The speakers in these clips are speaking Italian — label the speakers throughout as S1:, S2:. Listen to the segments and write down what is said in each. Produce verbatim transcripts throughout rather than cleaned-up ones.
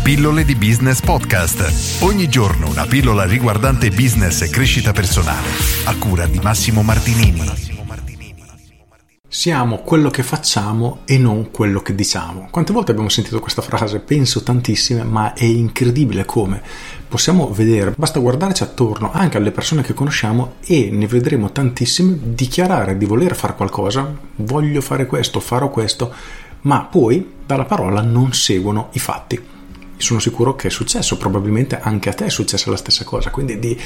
S1: Pillole di Business Podcast. Ogni giorno una pillola riguardante business e crescita personale. A cura di Massimo Martinini.
S2: Siamo quello che facciamo e non quello che diciamo. Quante volte abbiamo sentito questa frase? Penso tantissime, ma è incredibile come possiamo vedere, basta guardarci attorno anche alle persone che conosciamo e ne vedremo tantissime dichiarare di voler fare qualcosa, voglio fare questo, farò questo, ma poi dalla parola non seguono i fatti. Sono sicuro che è successo, probabilmente anche a te è successa la stessa cosa, quindi di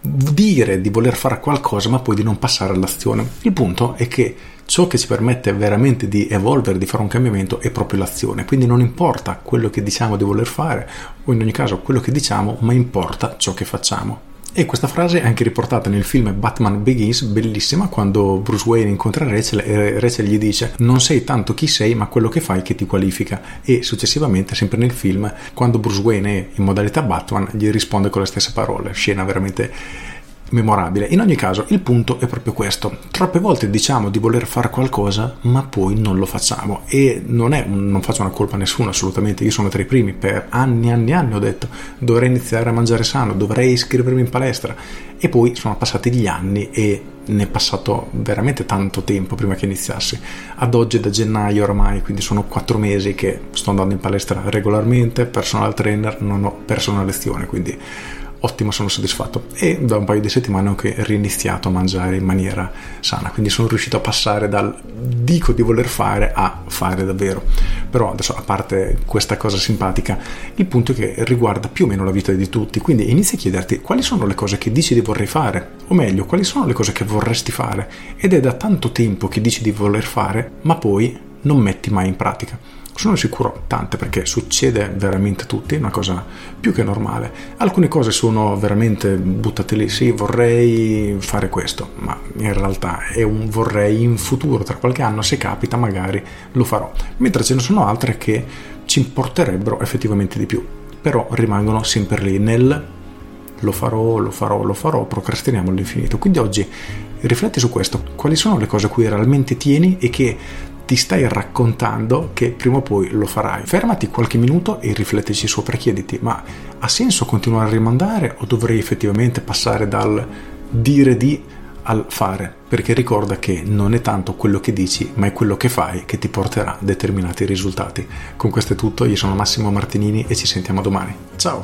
S2: dire di voler fare qualcosa ma poi di non passare all'azione. Il punto è che ciò che ci permette veramente di evolvere, di fare un cambiamento è proprio l'azione, quindi non importa quello che diciamo di voler fare o in ogni caso quello che diciamo, ma importa ciò che facciamo. E questa frase è anche riportata nel film Batman Begins, bellissima, quando Bruce Wayne incontra Rachel e Rachel gli dice non sei tanto chi sei ma quello che fai che ti qualifica, e successivamente sempre nel film quando Bruce Wayne è in modalità Batman gli risponde con le stesse parole, scena veramente memorabile. In ogni caso il punto è proprio questo: troppe volte diciamo di voler fare qualcosa ma poi non lo facciamo, e non è non faccio una colpa a nessuno, assolutamente. Io sono tra i primi, per anni e anni e anni ho detto dovrei iniziare a mangiare sano, dovrei iscrivermi in palestra, e poi sono passati gli anni e ne è passato veramente tanto tempo prima che iniziassi. Ad oggi, da gennaio ormai, quindi sono quattro mesi che sto andando in palestra regolarmente, personal trainer, non ho perso una lezione, quindi ottimo, sono soddisfatto, e da un paio di settimane ho anche riniziato a mangiare in maniera sana, quindi sono riuscito a passare dal dico di voler fare a fare davvero. Però adesso, a parte questa cosa simpatica, il punto è che riguarda più o meno la vita di tutti, quindi inizia a chiederti quali sono le cose che dici di vorrei fare, o meglio quali sono le cose che vorresti fare, ed è da tanto tempo che dici di voler fare ma poi non metti mai in pratica. Sono sicuro tante, perché succede veramente a tutti, è una cosa più che normale. Alcune cose sono veramente buttate lì, sì, vorrei fare questo, ma in realtà è un vorrei in futuro, tra qualche anno, se capita magari lo farò, mentre ce ne sono altre che ci importerebbero effettivamente di più, però rimangono sempre lì nel lo farò, lo farò, lo farò, procrastiniamo all'infinito. Quindi oggi rifletti su questo: quali sono le cose a cui realmente tieni e che ti stai raccontando che prima o poi lo farai. Fermati qualche minuto e riflettici sopra, chiediti: ma ha senso continuare a rimandare o dovrei effettivamente passare dal dire di al fare? Perché ricorda che non è tanto quello che dici ma è quello che fai che ti porterà a determinati risultati. Con questo è tutto, io sono Massimo Martinini e ci sentiamo domani. Ciao!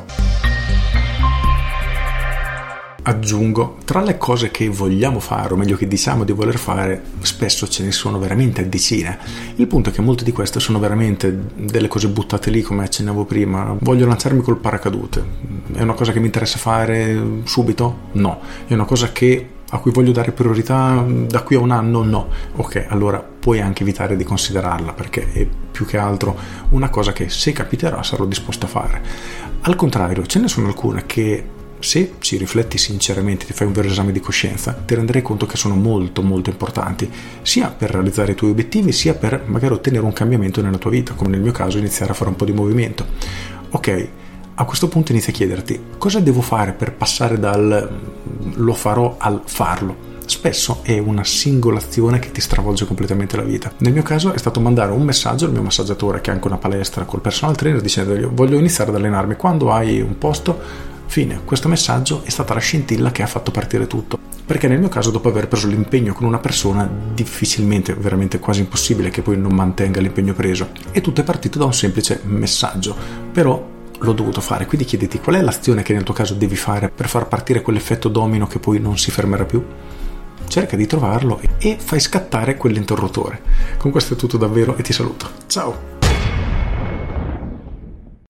S2: Aggiungo, tra le cose che vogliamo fare, o meglio che diciamo di voler fare, spesso ce ne sono veramente decine. Il punto è che molte di queste sono veramente delle cose buttate lì, come accennavo prima. Voglio lanciarmi col paracadute, è una cosa che mi interessa fare subito? No. È una cosa che a cui voglio dare priorità da qui a un anno? No. Ok, allora puoi anche evitare di considerarla, perché è più che altro una cosa che, se capiterà, sarò disposto a fare. Al contrario, ce ne sono alcune che, se ci rifletti sinceramente, ti fai un vero esame di coscienza, ti renderai conto che sono molto molto importanti, sia per realizzare i tuoi obiettivi, sia per magari ottenere un cambiamento nella tua vita, come nel mio caso iniziare a fare un po' di movimento. Ok, a questo punto inizia a chiederti: cosa devo fare per passare dal lo farò al farlo? Spesso è una singola azione che ti stravolge completamente la vita. Nel mio caso è stato mandare un messaggio al mio massaggiatore, che ha anche una palestra col personal trainer, dicendogli: voglio iniziare ad allenarmi, quando hai un posto? Fine. Questo messaggio è stata la scintilla che ha fatto partire tutto, perché nel mio caso, dopo aver preso l'impegno con una persona, difficilmente, veramente quasi impossibile che poi non mantenga l'impegno preso, e tutto è partito da un semplice messaggio, però l'ho dovuto fare. Quindi chiediti: qual è l'azione che nel tuo caso devi fare per far partire quell'effetto domino che poi non si fermerà più? Cerca di trovarlo e fai scattare quell'interruttore. Con questo è tutto davvero, e ti saluto. Ciao!